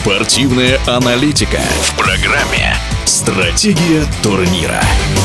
Спортивная аналитика в программе «Стратегия турнира».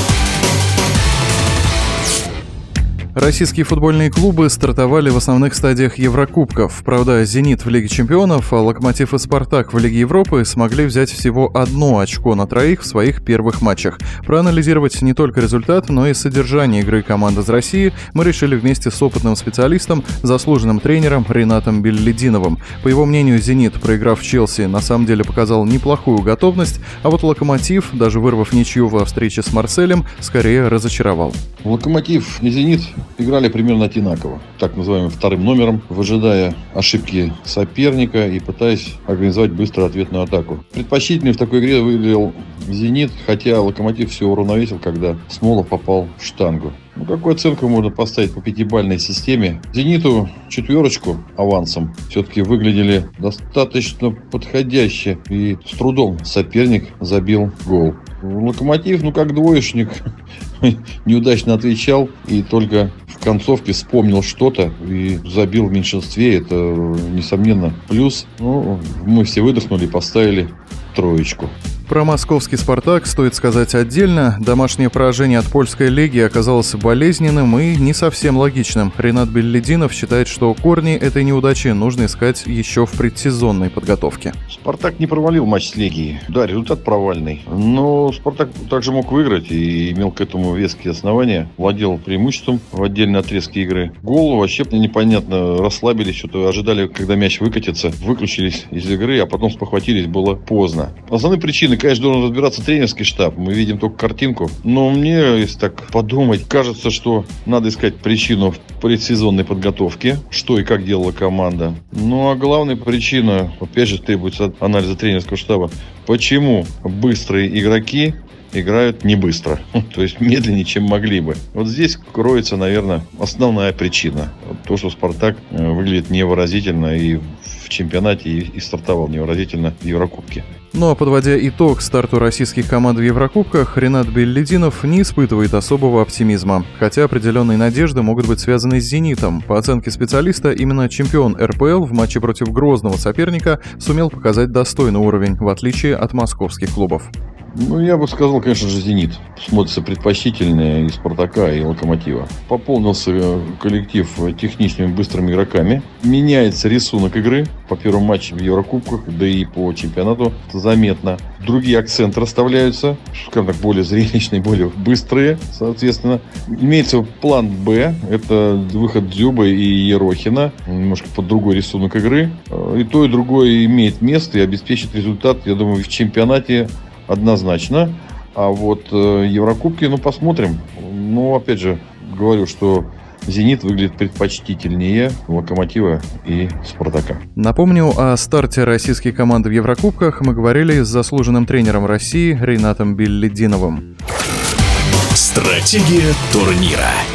Российские футбольные клубы стартовали в основных стадиях Еврокубков. Правда, «Зенит» в Лиге чемпионов, а «Локомотив» и «Спартак» в Лиге Европы смогли взять всего 1 очко на троих в своих первых матчах. Проанализировать не только результат, но и содержание игры команд из России мы решили вместе с опытным специалистом, заслуженным тренером Ринатом Беллидиновым. По его мнению, «Зенит», проиграв в Челси, на самом деле показал неплохую готовность, а вот «Локомотив», даже вырвав ничью во встрече с «Марселем», скорее разочаровал. «Локомотив» и «Зенит» играли примерно одинаково, так называемым вторым номером, выжидая ошибки соперника и пытаясь организовать быструю ответную атаку. Предпочтительнее в такой игре выиграл «Зенит», хотя «Локомотив» все уравновесил, когда Смолов попал в штангу. Какую оценку можно поставить по 5-бальной системе? «Зениту» 4 авансом все-таки выглядели достаточно подходяще, и с трудом соперник забил гол. «Локомотив», как двоечник, неудачно отвечал и только в концовке вспомнил что-то и забил в меньшинстве. Это, несомненно, плюс. Мы все выдохнули и поставили 3. Про московский «Спартак» стоит сказать отдельно. Домашнее поражение от польской лиги оказалось болезненным и не совсем логичным. Ринат Беллидинов считает, что корни этой неудачи нужно искать еще в предсезонной подготовке. «Спартак» не провалил матч с Легией. Да, результат провальный. Но «Спартак» также мог выиграть и имел к этому веские основания. Владел преимуществом в отдельной отрезке игры. Гол вообще непонятно. Расслабились, что-то ожидали, когда мяч выкатится. Выключились из игры, а потом спохватились, было поздно. Основные причины, конечно, должен разбираться тренерский штаб. Мы видим только картинку. Но мне, если так подумать, кажется, что надо искать причину в предсезонной подготовке, что и как делала команда. А главная причина, опять же, требуется анализа тренерского штаба. Почему быстрые игроки играют не быстро, то есть медленнее, чем могли бы. Вот здесь кроется, наверное, основная причина. То, что «Спартак» выглядит невыразительно и в чемпионате, и стартовал невыразительно в Еврокубке. А подводя итог старту российских команд в Еврокубках, Ринат Беллидинов не испытывает особого оптимизма. Хотя определенные надежды могут быть связаны с «Зенитом». По оценке специалиста, именно чемпион РПЛ в матче против грозного соперника сумел показать достойный уровень, в отличие от московских клубов. Я бы сказал, конечно же, «Зенит» смотрится предпочтительнее и «Спартака», и «Локомотива». Пополнился коллектив техничными быстрыми игроками. Меняется рисунок игры по первым матчам в Еврокубках, да и по чемпионату. Это заметно. Другие акценты расставляются, скажем так, более зрелищные, более быстрые, соответственно. Имеется план «Б». Это выход Дзюбы и Ерохина. Немножко под другой рисунок игры. И то, и другое имеет место и обеспечит результат, я думаю, в чемпионате однозначно. А вот Еврокубки, посмотрим. Опять же, говорю, что «Зенит» выглядит предпочтительнее «Локомотива» и «Спартака». Напомню, о старте российской команды в Еврокубках мы говорили с заслуженным тренером России Ринатом Беллидиновым. Стратегия турнира.